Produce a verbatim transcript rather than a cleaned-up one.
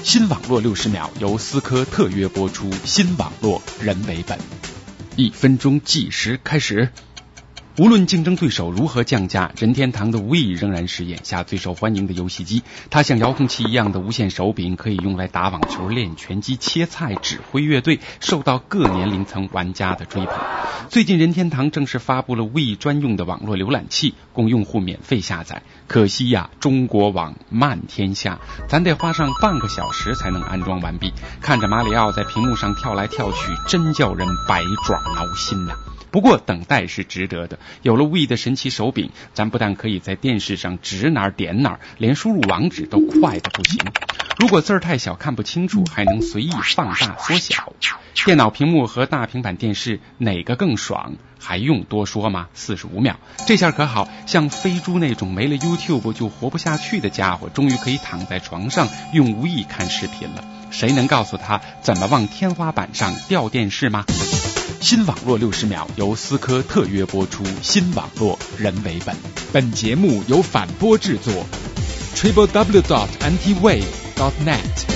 新网络六十秒由思科特约播出，新网络人为本。一分钟计时开始。无论竞争对手如何降价，任天堂的 Wii 仍然是眼下最受欢迎的游戏机。它像遥控器一样的无线手柄，可以用来打网球、练拳击、切菜、指挥乐队，受到各年龄层玩家的追捧。最近任天堂正式发布了 Wii 专用的网络浏览器，供用户免费下载。可惜呀，中国网慢天下，咱得花上半个小时才能安装完毕。看着马里奥在屏幕上跳来跳去，真叫人百爪挠心呐、啊。不过等待是值得的，有了 Wii 的神奇手柄，咱不但可以在电视上指哪儿点哪儿，连输入网址都快得不行。如果字儿太小看不清楚，还能随意放大缩小。电脑屏幕和大平板电视哪个更爽？还用多说吗？四十五秒，这下可好，像飞猪那种没了 YouTube 就活不下去的家伙，终于可以躺在床上用 Wii 看视频了。谁能告诉他怎么往天花板上吊电视吗？新网络六十秒由思科特约播出，新网络人为本。 本节目由反播制作 ，triple w dot anti wave dot net。